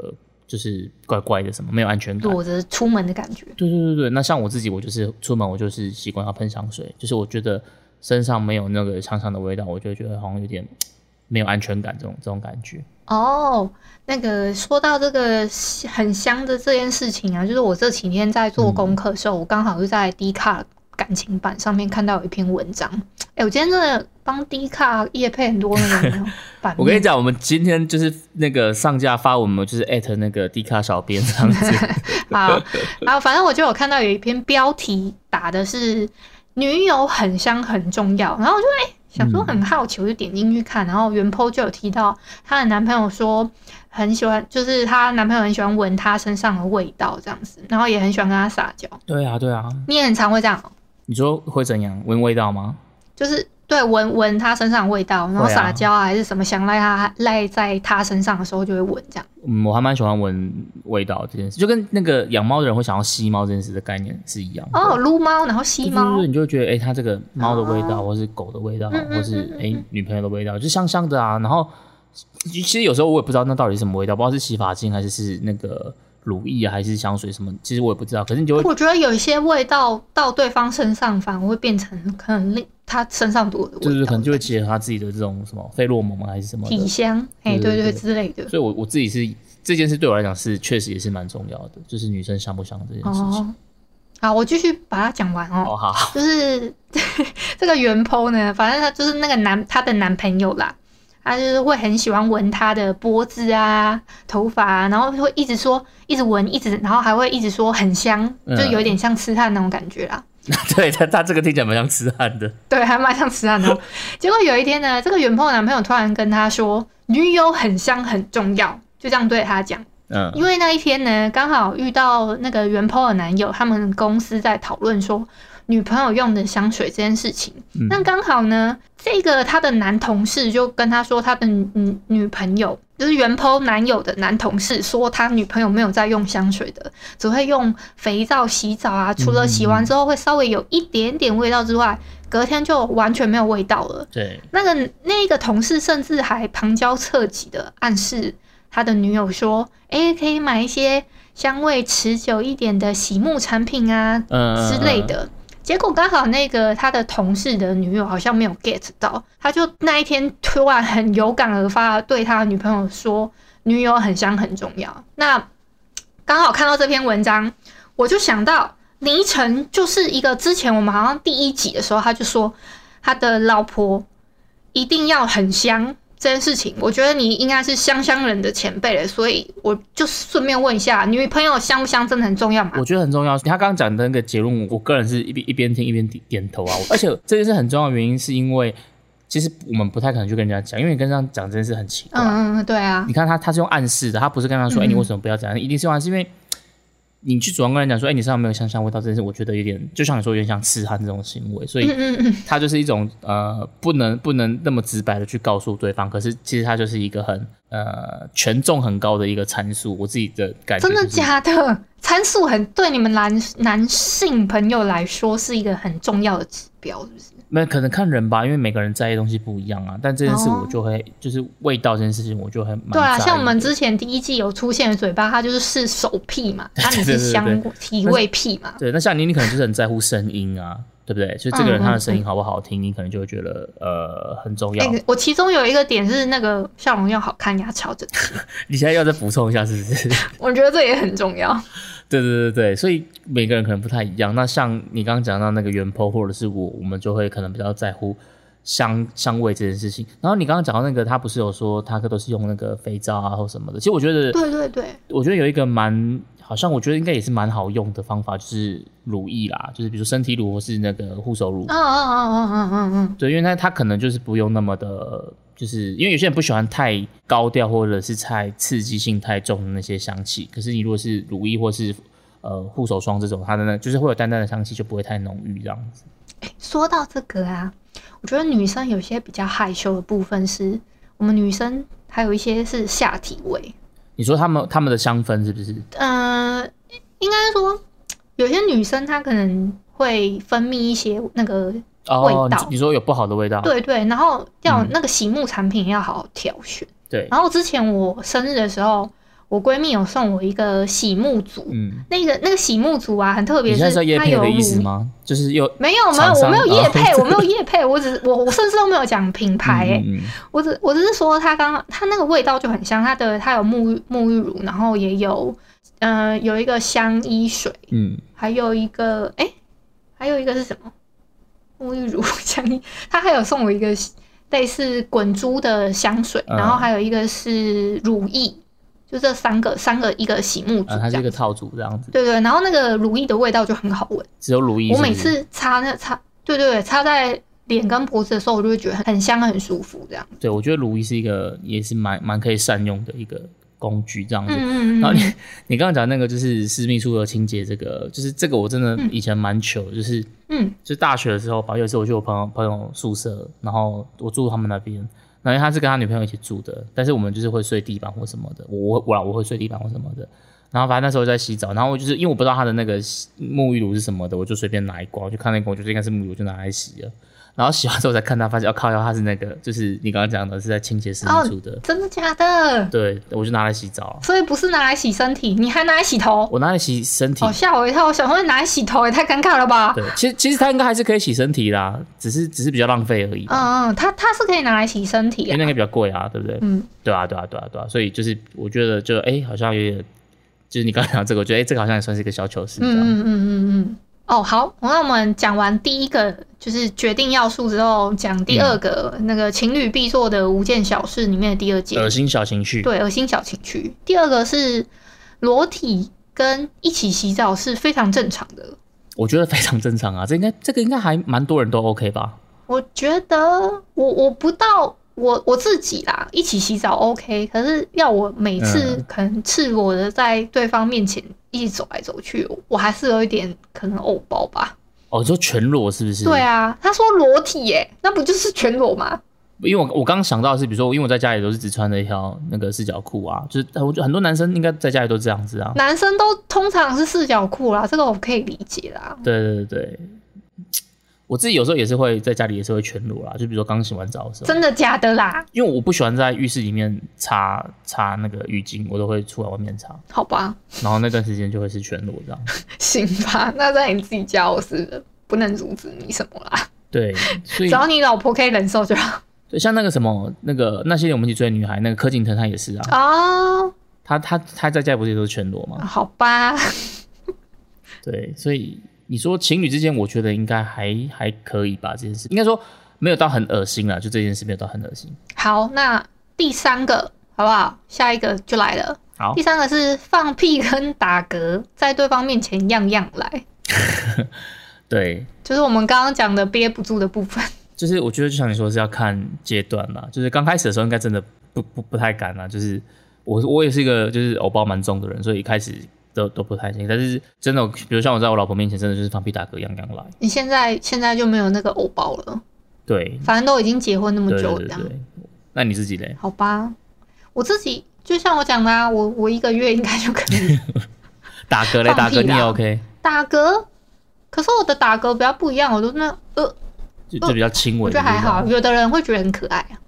就是怪怪的什么，没有安全感， 躲着出门的感觉。 对对对对，那像我自己，我就是出门我就是习惯要喷香水，就是我觉得身上没有那个香香的味道，我就觉得好像有点没有安全感这种这种感觉。 哦，那个说到这个很香的这件事情啊，就是我这几天在做功课的时候，嗯、我刚好是在 D 卡感情版上面看到有一篇文章。哎、欸，我今天真的帮 D 卡业配很多那个版面。 我跟你讲，我们今天就是那个上架发文，我们就是 at 那个 D 卡小编这样子。 好，然后反正我就有看到有一篇标题打的是女友很香很重要，然后我就哎。欸想说很好奇，我就点进去看，然后原 po 就有提到她的男朋友说很喜欢，就是她男朋友很喜欢闻她身上的味道这样子，然后也很喜欢跟她撒娇。 对啊，对啊， 你也很常会这样、喔？ 你说会怎样？闻味道吗？ 就是对闻闻她身上的味道，然后撒娇啊，还是什么想赖她赖在她身上的时候就会闻这样。 嗯，我还蛮喜欢闻味道这件事，就跟那个养猫的人会想要吸猫这件事的概念是一样的。 哦，撸猫然后吸猫， 对对对，你就会觉得哎、欸，它这个猫的味道，哦、或是狗的味道，嗯嗯嗯嗯或是哎、欸、女朋友的味道，就香香的啊。然后其实有时候我也不知道那到底是什么味道，不知道是洗发精还是是那个乳液啊，还是香水什么，其实我也不知道。可是你就会，我觉得有一些味道到对方身上反而会变成可能令他身上多的味道， 就是可能就会结合他自己的这种什么费洛蒙还是什么体香，哎，对 对, 对, 对之类的。 所以我我自己是这件事对我来讲是确实也是蛮重要的，就是女生香不香这件事情。哦、 好，我继续把它讲完哦。 哦好， 就是这个原 po 呢，反正他就是那个男他的男朋友啦。他就是会很喜欢闻他的脖子啊、头发啊，然后会一直说、一直闻、一直，然后还会一直说很香，嗯、就有点像痴汉那种感觉啦。 对他，他这个听起来蛮像痴汉的。 对，还蛮像痴汉的。结果有一天呢，这个原 po 男朋友突然跟他说，女友很香很重要，就这样对他讲。嗯，因为那一天呢，刚好遇到那个原 po 的男友，他们公司在讨论说女朋友用的香水这件事情。嗯、那刚好呢，这个他的男同事就跟他说，他的女女朋友就是原 po 男友的男同事说，他女朋友没有在用香水的，只会用肥皂洗澡啊，除了洗完之后会稍微有一点点味道之外，隔天就完全没有味道了。 对， 那个那个同事甚至还旁敲侧击的暗示他的女友说，哎、欸，可以买一些香味持久一点的洗沐产品啊、嗯、之类的。结果刚好那个他的同事的女友好像没有 get 到，他就那一天突然很有感而发对他的女朋友说，女友很香很重要。那刚好看到这篇文章，我就想到倪晨就是一个之前我们好像第一集的时候他就说他的老婆一定要很香这件事情，我觉得你应该是香香人的前辈了，所以我就顺便问一下，女朋友香不香真的很重要吗？ 我觉得很重要。他刚刚讲的那个结论，我个人是一边一边听一边点头啊。而且这件事很重要的原因是因为，其实我们不太可能去跟人家讲，因为你跟人家讲这件事很奇怪。 嗯嗯，对啊。你看他他是用暗示的，他不是跟他说，哎、嗯欸，你为什么不要讲？一定是用暗示，因为你去主动跟人讲说，哎、欸，你身上没有香香味道，这件事我觉得有点，就像你说，有点像痴汉这种行为，所以他就是一种呃，不能不能那么直白的去告诉对方，可是其实他就是一个很呃权重很高的一个参数，我自己的感觉、就是。 真的假的？参数很对你们男男性朋友来说是一个很重要的指标，是不是？ 没可能看人吧，因为每个人在意的东西不一样啊。但这件事我就会，哦、就是味道这件事情，我就会蛮在意的。 对啊，像我们之前第一季有出现的嘴巴，它就是是手癖嘛，那你是香体味癖嘛？ 对，那像你，你可能就是很在乎声音啊，对不对？就这个人他的声音好不好听，嗯嗯嗯你可能就会觉得呃很重要、欸。 我其中有一个点是那个笑容要好看，牙超整齐。 你现在要再补充一下是不是？ 我觉得这也很重要。 对对对对，所以每个人可能不太一样。那像你刚刚讲到那个原 po 或者是我，我们就会可能比较在乎香香味这件事情。然后你刚刚讲到那个，他不是有说他都是用那个肥皂啊或什么的。其实我觉得， 对对对， 我觉得有一个蛮好像，我觉得应该也是蛮好用的方法，就是乳液啦，就是比如说身体乳或是那个护手乳。 嗯嗯嗯嗯嗯嗯嗯， 对，因为他他可能就是不用那么的。就是因为有些人不喜欢太高调或者是太刺激性太重的那些香气，可是你如果是乳液或是呃护手霜这种，它的那就是会有淡淡的香气，就不会太浓郁这样子。 欸，说到这个啊，我觉得女生有些比较害羞的部分是，我们女生还有一些是下体味。 你说他们他们的香氛是不是？ 呃，应该说有些女生她可能会分泌一些那个。味道、 哦、你说有不好的味道， 对对，然后要那个洗沐产品要好好挑选、嗯。 对， 然后之前我生日的时候， 我闺蜜有送我一个洗沐组，嗯，那个那个洗沐组啊，很特别， 你现在是业配的意思吗？就是有没有没有，我没有业配，我没有业配，我只是我我甚至都没有讲品牌哎、欸嗯嗯，我只我只是说它刚它那个味道就很香，它的它有沐浴沐浴乳，然后也有呃有一个香衣水，嗯，还有一个哎、欸、还有一个是什么？沐浴乳香衣，它还有送我一个类似滚珠的香水，嗯、然后还有一个是乳液。就这三个，三个一个洗沐组、啊， 它是一个套组这样子。 对对，然后那个乳液的味道就很好闻， 只有乳液。 我每次擦那擦，对对对，擦在脸跟脖子的时候，我就会觉得很香、很舒服这样。 对，我觉得乳液是一个也是蛮蛮可以善用的一个工具这样子。嗯嗯嗯。然后你你刚刚讲那个就是私密处的清洁，这个就是这个我真的以前蛮糗、嗯，就是嗯，就大学的时候吧，有一次我去我朋友朋友宿舍，然后我住他们那边。因为他是跟他女朋友一起住的，但是我们就是会睡地板或什么的，我我我会睡地板或什么的。然后反正那时候在洗澡，然后我就是因为我不知道他的那个沐浴乳是什么的，我就随便拿一罐，我就看那个，我觉得应该是沐浴乳，就拿来洗了。然后洗完之后才看他，发现要靠腰，他是那个就是你刚刚讲的是在清洁私密处的、哦， 真的假的？ 对，我就拿来洗澡， 所以不是拿来洗身体，你还拿来洗头？ 我拿来洗身体， 哦，吓我一跳！我想说拿来洗头也太尴尬了吧？ 对，其实其实他应该还是可以洗身体啦，只是只是比较浪费而已。 嗯嗯，他他是可以拿来洗身体、啊， 因为那个比较贵啊，对不对？嗯，对啊对啊对啊对啊，所以就是我觉得就哎、欸，好像有点，就是你刚才讲这个，我觉得哎、欸，这个好像也算是一个小糗事。嗯嗯嗯嗯嗯。哦，好，那我们讲完第一个就是决定要素之后，讲第二个、嗯、那个情侣必做的五件小事里面的第二件， 恶心小情趣。 对，恶心小情趣。第二个是裸体跟一起洗澡是非常正常的， 我觉得非常正常啊，这应该这个应该还蛮多人都 OK 吧？ 我觉得我我不到。我我自己啦，一起洗澡 OK， 可是要我每次可能赤裸的在对方面前一起走来走去，我还是有一点可能偶包吧。 哦，你说全裸是不是？ 对啊，他说裸体耶，那不就是全裸吗？ 因为我我刚刚想到的是，比如说，因为我在家里都是只穿了一条那个四角裤啊，就是我觉得很多男生应该在家里都这样子啊。 男生都通常是四角裤啦，这个我可以理解啦。 对对对对。我自己有时候也是会在家里也是会全裸啦，就比如说刚洗完澡的时候。 真的假的啦？ 因为我不喜欢在浴室里面擦擦那个浴巾，我都会出来外面擦。 好吧。然后那段时间就会是全裸这样。 行吧，那在你自己家我是不能阻止你什么啦。 对，所以只要你老婆可以忍受就好。 对，像那个什么那个那些年我们一起追的女孩，那个柯景腾他也是啊。 哦。 他他他在家不是也都是全裸吗？ 好吧。 对，所以。你说情侣之间，我觉得应该还还可以吧，这件事应该说没有到很恶心啦，就这件事没有到很恶心。 好，那第三个好不好？下一个就来了。 好， 第三个是放屁跟打嗝，在对方面前样样来。 对， 就是我们刚刚讲的憋不住的部分。 就是我觉得就像你说是要看阶段啦，就是刚开始的时候应该真的不不不太敢啦，就是我我也是一个就是偶包蛮重的人，所以一开始。都, 都不太行，但是真的，比如像我在我老婆面前，真的就是放屁打嗝样样来。 你现在现在就没有那个偶包了， 对， 反正都已经结婚那么久了，这样。 对对对，那你自己嘞？ 好吧，我自己就像我讲的啊，我我一个月应该就可以打嗝嘞，打嗝你也 OK？ 打嗝，可是我的打嗝比较不一样，我都那呃， 就就比较轻微， 我觉得还好，有的人会觉得很可爱啊。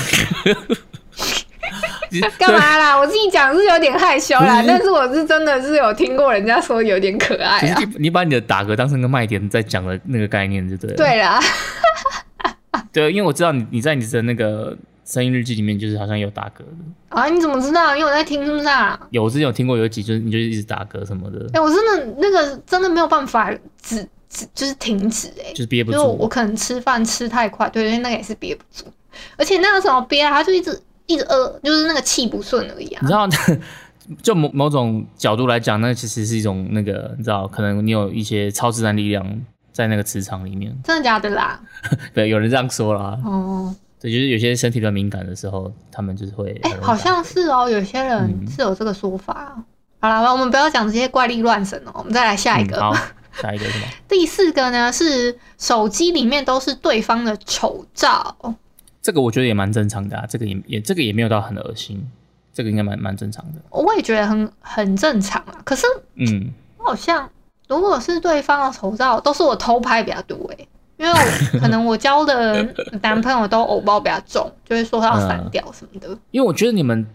干嘛啦？我自己讲是有点害羞啦，但是我是真的是有听过人家说有点可爱啊。 就是你把你的打嗝当成个卖点在讲的那个概念就对了。 对啦。 对，因为我知道你你在你的那个声音日记里面就是好像有打嗝的啊。你怎么知道？因为我在听是不是啊？ 有，我之前有听过有一集就是你就是一直打嗝什么的。 哎、欸，我真的那个真的没有办法止止就是停止哎、欸， 就是憋不住。 就我可能吃饭吃太快，对，因为那个也是憋不住，而且那个什么憋啊，他就一直。一直呃，就是那个气不顺而已啊。 你知道，就某某种角度来讲，那其实是一种那个，你知道，可能你有一些超自然力量在那个磁场里面。 真的假的啦？ 对，有人这样说啦。哦，对，就是有些身体比较敏感的时候，他们就是会。 哎、欸，好像是哦，有些人是有这个说法。嗯、好啦，我们不要讲这些怪力乱神哦，我们再来下一个。 嗯、好，下一个是什么？ 第四个呢是手机里面都是对方的丑照。 这个我觉得也蛮正常的啊，这个也也这个也没有到很恶心，这个应该蛮蛮正常的。 我也觉得很很正常啊，可是嗯，我好像如果是对方的丑照，都是我偷拍比较多哎、欸，因为我可能我交的男朋友都偶包比较重，就会说他要删掉什么的、嗯。 因为我觉得你们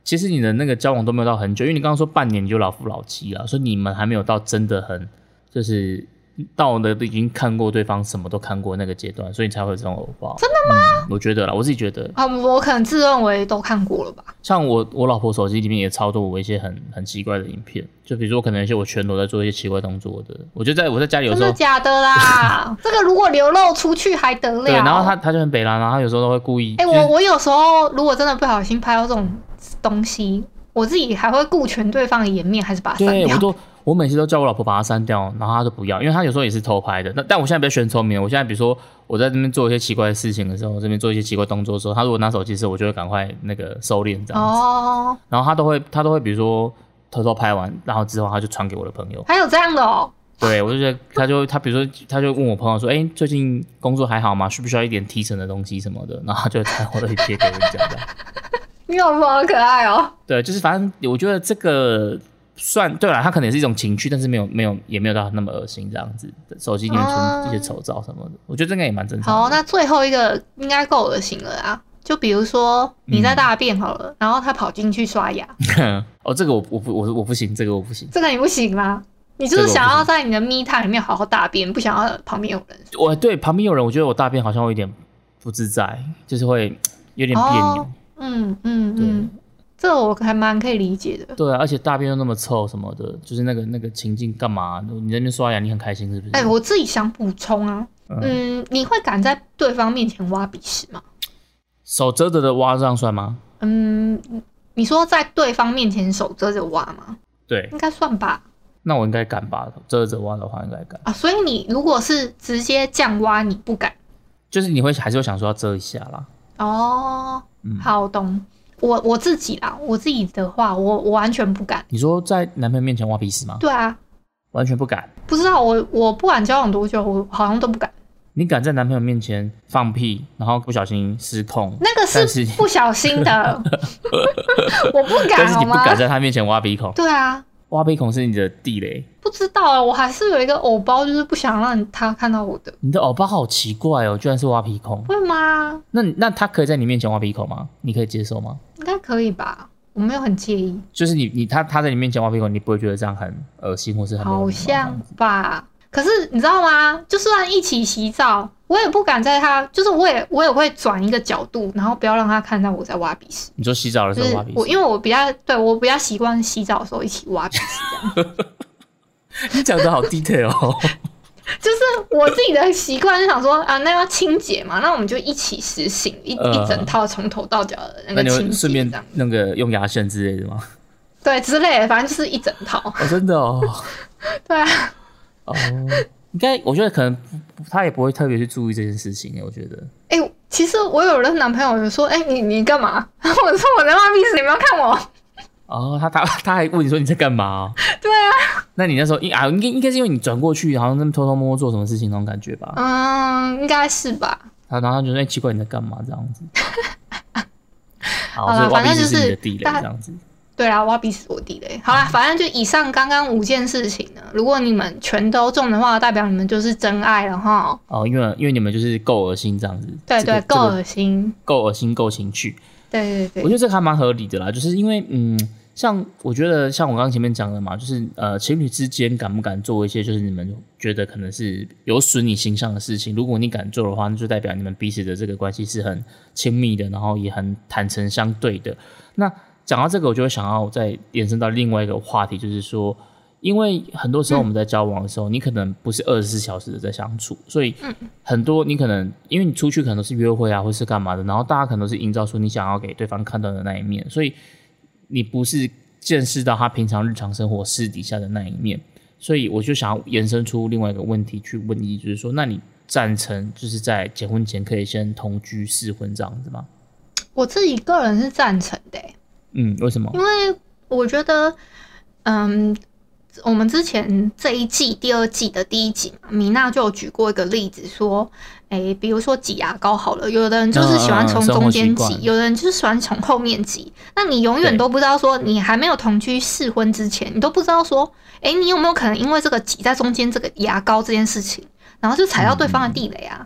其实你的那个交往都没有到很久，因为你刚刚说半年你就老夫老妻了，所以你们还没有到真的很就是到了已经看过对方什么都看过那个阶段，所以你才会有这种偶包。 真的吗？ 嗯、我觉得啦，我自己觉得啊，我可能自认为都看过了吧。 像我我老婆手机里面也超多我一些很很奇怪的影片，就比如说可能一些我全裸在做一些奇怪动作的，我就在我在家里有时候真的假的啦？这个如果流露出去还得了？ 对，然后他他就很北蓝，然后他有时候都会故意。 哎、欸，我我有时候如果真的不小心拍到这种东西，我自己还会顾全对方的颜面，还是把它删掉。 对，我都我每次都叫我老婆把它删掉，然后她都不要，因为她有时候也是偷拍的。那但我现在比较学聪明了，我现在比如说我在这边做一些奇怪的事情的时候，这边做一些奇怪动作的时候，她如果拿手机的时候，我就会赶快那个收敛这样子。哦。然后她都会她都会比如说偷偷拍完，然后之后她就传给我的朋友。 还有这样的哦。 对，我就觉得他就他比如说他就问我朋友说，哎、欸，最近工作还好吗？需不需要一点提成的东西什么的？然后他就传我的一贴给我讲这样。 你老婆好可爱哦。 对，就是反正我觉得这个算对啦，他可能也是一种情趣，但是没有没有也没有到那么恶心这样子。手机里面存一些丑照什么的，嗯、我觉得这个也蛮正常的。 好，那最后一个应该够恶心了啊。就比如说你在大便好了，嗯、然后他跑进去刷牙。 哦，这个我我不我我不行，这个我不行。 这个你不行吗？你就是想要在你的 me time 里面好好大便，不想要旁边有人。 我对旁边有人，我觉得我大便好像会有点不自在，就是会有点别扭。哦、 嗯嗯嗯，这个我还蛮可以理解的。 对啊，而且大便又那么臭什么的，就是那个那个情境干嘛？你在那边刷牙，你很开心是不是？ 哎、欸，我自己想补充啊，嗯, 嗯，你会敢在对方面前挖鼻屎吗？ 手遮着的挖这样算吗？ 嗯，你说在对方面前手遮着挖吗？ 对， 应该算吧。那我应该敢吧，遮着挖的话应该敢啊。所以你如果是直接这样挖，你不敢， 就是你会还是会想说要遮一下啦。 哦，嗯、好懂。我我自己啦，我自己的话，我我完全不敢。 你说在男朋友面前挖鼻屎吗？ 对啊， 完全不敢。 不知道我我不管交往多久，我好像都不敢。 你敢在男朋友面前放屁，然后不小心失控？ 那个是不小心的，我不敢。 但是你不敢在他面前挖鼻孔？ 对啊。 挖鼻孔是你的地雷？ 不知道啊，我还是有一个偶包，就是不想让他看到我的。 你的偶包好奇怪哦，居然是挖鼻孔。 会吗？ 那那他可以在你面前挖鼻孔吗？你可以接受吗？ 应该可以吧，我没有很介意。 就是你你他他在你面前挖鼻孔，你不会觉得这样很恶心或是很好像吧？可是你知道吗？就算一起洗澡，我也不敢在他，就是我也我也会转一个角度，然后不要让他看到我在挖鼻屎。 你说洗澡的时候挖鼻屎？ 我因为我比较对我比较习惯洗澡的时候一起挖鼻屎这样。 你讲的好 detail 哦。 就是我自己的习惯，就想说啊，那要清洁嘛，那我们就一起实行一、呃、一整套从头到脚的那个清洁， 顺便那个用牙线之类的吗？ 对，之类的，反正就是一整套。 哦，真的哦。 对啊。 哦，应该我觉得可能他也不会特别去注意这件事情，我觉得。 哎、欸，其实我有的男朋友就说，哎、欸，你你干嘛？我说我在挖鼻屎，你不要看我。 哦，他他他还问你说你在干嘛、哦？ 对啊。那你那时候应啊，应该应该是因为你转过去，好像在偷偷摸摸做什么事情那种感觉吧？ 嗯，应该是吧。 然后他就说：“哎、欸，奇怪，你在干嘛？”这样子。好，所以挖鼻屎是你的地雷，这样子。 对啦，挖鼻屎我地雷。好啦，反正就以上刚刚五件事情呢，如果你们全都中的话，代表你们就是真爱了哈。 哦，因为因为你们就是够恶心这样子。 对对，够恶心， 够恶心，够情趣。 对对对， 我觉得这个还蛮合理的啦，就是因为嗯。像我觉得，像我刚刚前面讲的嘛，就是呃，情侣之间敢不敢做一些，就是你们觉得可能是有损你形象的事情。如果你敢做的话，那就代表你们彼此的这个关系是很亲密的，然后也很坦诚相对的。那讲到这个，我就会想要再延伸到另外一个话题，就是说，因为很多时候我们在交往的时候，嗯、你可能不是二十四小时的在相处，所以很多你可能因为你出去可能都是约会啊，或是干嘛的，然后大家可能都是营造出你想要给对方看到的那一面，所以。你不是见识到他平常日常生活私底下的那一面，所以我就想要延伸出另外一个问题去问你，就是说，那你赞成就是在结婚前可以先同居试婚这样子吗？ 我自己个人是赞成的、欸。嗯， 为什么？ 因为我觉得，嗯，我们之前这一季第二季的第一集嘛，米娜就有举过一个例子说。欸、比如说挤牙膏好了，有的人就是喜欢从中间挤、嗯嗯，有的人就是喜欢从后面挤。那你永远都不知道说，你还没有同居试婚之前，你都不知道说，哎、欸，你有没有可能因为这个挤在中间这个牙膏这件事情，然后就踩到对方的地雷啊？ 嗯、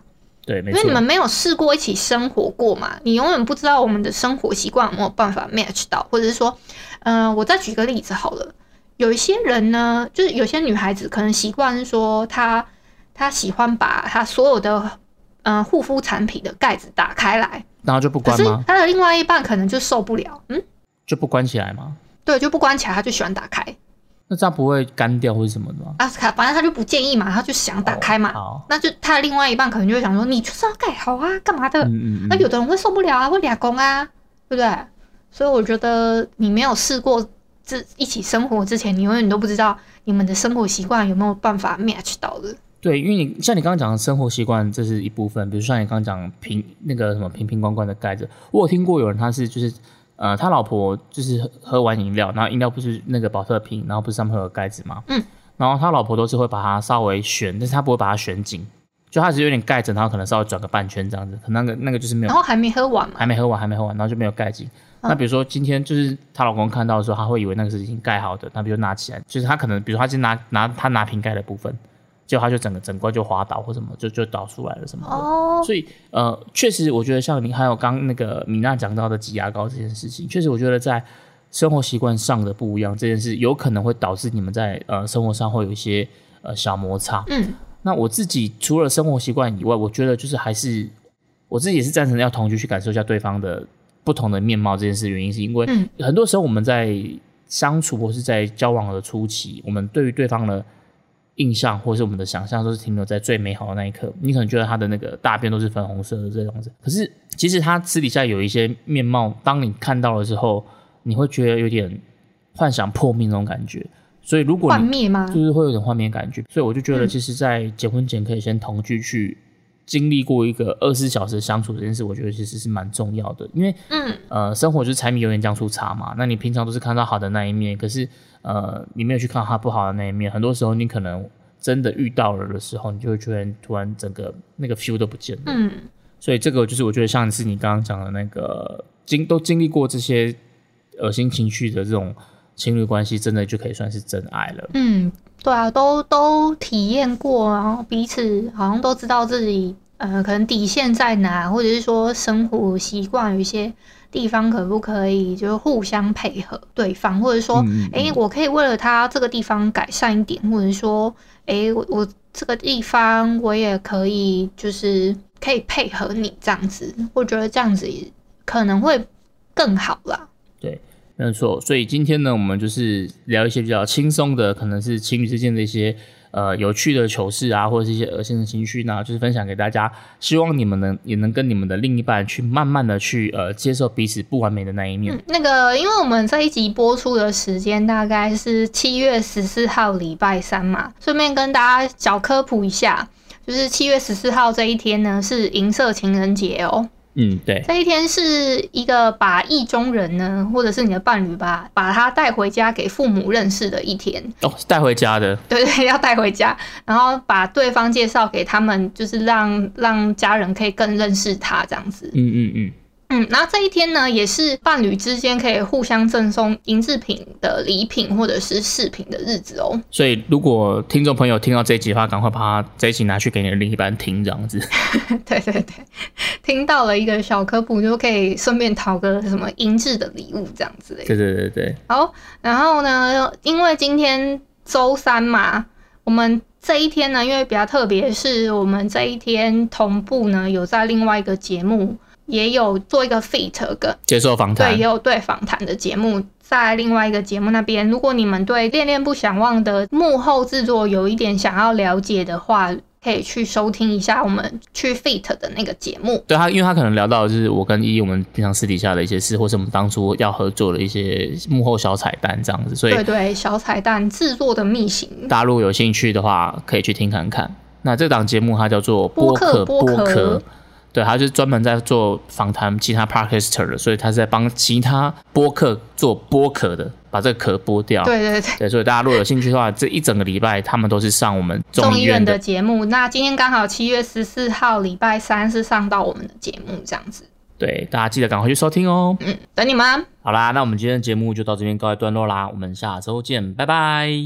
对，没错， 因为你们没有试过一起生活过嘛，你永远不知道我们的生活习惯有没有办法 match 到，或者是说，呃，我再举个例子好了，有一些人呢，就是有些女孩子可能习惯说她她喜欢把她所有的呃护肤产品的盖子打开来， 然后就不关吗？ 可是她的另外一半可能就受不了，嗯， 就不关起来吗？ 对，就不关起来，他就喜欢打开。 那这样不会干掉或是什么的吗？ 啊，反正他就不建议嘛，他就想打开嘛。 哦、 那就他的另外一半可能就会想说，你就是要盖好啊，干嘛的？ 嗯嗯嗯那有的人会受不了啊，会俩公啊，对不对？所以我觉得你没有试过这一起生活之前，你永远都不知道你们的生活习惯有没有办法 match 到的。 对，因为你像你刚刚讲的生活习惯，这是一部分。比如像你刚刚讲瓶那个什么瓶瓶罐罐的盖子，我有听过有人他是就是。呃，他老婆就是喝完饮料，然后饮料不是那个保特瓶，然后不是上面会有盖子吗？嗯，然后他老婆都是会把它稍微旋，但是他不会把它旋紧，就他只是有点盖着，然后可能稍微转个半圈这样子，可能那个那个就是没有， 然后还没喝完嘛， 还没喝完，还没喝完，然后就没有盖紧。嗯、那比如说今天就是她老公看到的时候，他会以为那个是已经盖好的，那比如拿起来，就是他可能比如说他就拿拿他拿瓶盖的部分。结果他就整个整罐就滑倒或什么，就就倒出来了什么的。哦，所以呃，确实我觉得像你还有刚那个米娜讲到的挤牙膏这件事情，确实我觉得在生活习惯上的不一样这件事，有可能会导致你们在呃生活上会有一些呃小摩擦。嗯，那我自己除了生活习惯以外，我觉得就是还是我自己也是赞成要同居去感受一下对方的不同的面貌这件事，原因是因为很多时候我们在相处或是在交往的初期，我们对于对方的印象或是我们的想象都是停留在最美好的那一刻，你可能觉得他的那个大便都是粉红色的这样子，可是其实他私底下有一些面貌，当你看到了之后，你会觉得有点幻想破灭那种感觉。所以如果幻灭吗？ 就是会有点幻灭感觉。所以我就觉得，其实，在结婚前可以先同居去经历过一个二十四小时的相处这件事，我觉得其实是蛮重要的。因为，嗯，呃，生活就是柴米油盐酱醋茶嘛。那你平常都是看到好的那一面，可是，呃，你没有去看到他不好的那一面。很多时候，你可能真的遇到了的时候，你就会觉得突然整个那个 feel 都不见了。嗯，所以这个就是我觉得像是你刚刚讲的那个经都经历过这些恶心情绪的这种情侣关系，真的就可以算是真爱了。 嗯，对啊，都都体验过，然后彼此好像都知道自己呃可能底线在哪，或者是说生活习惯有一些地方可不可以就是互相配合对方，或者说哎、嗯嗯，我可以为了他这个地方改善一点，或者说哎我我这个地方我也可以就是可以配合你这样子，我觉得这样子可能会更好啦。 对，没有错。所以今天呢，我们就是聊一些比较轻松的，可能是情侣之间的一些呃有趣的糗事啊，或者是一些恶心的情绪呢，就是分享给大家。希望你们能也能跟你们的另一半去慢慢的去呃接受彼此不完美的那一面。 嗯、那个，因为我们这一集播出的时间大概是七月十四号礼拜三嘛，顺便跟大家小科普一下，就是七月十四号这一天呢是银色情人节哦。 嗯，对， 这一天是一个把意中人呢，或者是你的伴侣吧，把他带回家给父母认识的一天。 哦，带回家的， 对对，要带回家，然后把对方介绍给他们，就是让让家人可以更认识他这样子。 嗯嗯嗯。 嗯，然后这一天呢，也是伴侣之间可以互相赠送银制品的礼品或者是饰品的日子哦。 所以，如果听众朋友听到这一集的话，赶快把它这一集拿去给你的另一半听，这样子。 对对对，听到了一个小科普，就可以顺便讨个什么银质的礼物这样子。 对对对对。 好，然后呢，因为今天周三嘛，我们这一天呢，因为比较特别，是我们这一天同步呢有在另外一个节目。也有做一个 feat 跟接受访谈， 对，也有对访谈的节目，在另外一个节目那边。如果你们对恋恋不想忘的幕后制作有一点想要了解的话，可以去收听一下我们去 feat 的那个节目。 对他，因为他可能聊到的就是我跟依依我们平常私底下的一些事，或是我们当初要合作的一些幕后小彩蛋这样子。所以对对，小彩蛋制作的秘辛， 大家如果有兴趣的话，可以去听看看。那这档节目它叫做播客播客。对，他就是专门在做访谈其他 podcaster 的，所以他是在帮其他播客做剥壳的，把这个壳剥掉。 对对对， 对，所以大家如果有兴趣的话，这一整个礼拜他们都是上我们众议院 的, 的节目。那今天刚好七月十四号礼拜三是上到我们的节目，这样子。 对，大家记得赶快去收听哦。 嗯，等你们。 好啦，那我们今天的节目就到这边告一段落啦，我们下周见，拜拜。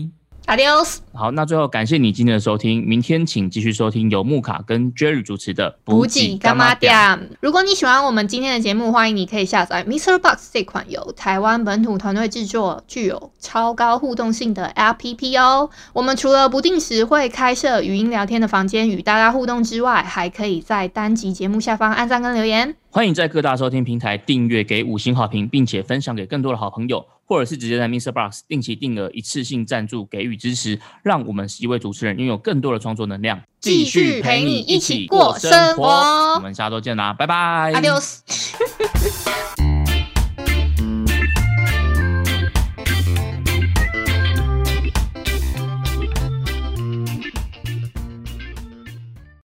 Adios。 好，那最后感谢你今天的收听，明天请继续收听由木卡跟 Jerry 主持的补给干嘛点。如果你喜欢我们今天的节目，欢迎你可以下载 MixerBox 这款由台湾本土团队制作、具有超高互动性的 A P P 哦。我们除了不定时会开设语音聊天的房间与大家互动之外，还可以在单集节目下方按赞跟留言。 欢迎在各大收听平台订阅、给五星好评，并且分享给更多的好朋友，或者是直接在 MixerBox 定期定额一次性赞助给予支持，让我们十一位主持人拥有更多的创作能量， 继续陪你一起过生活。 我们下周见啦，拜拜 Adios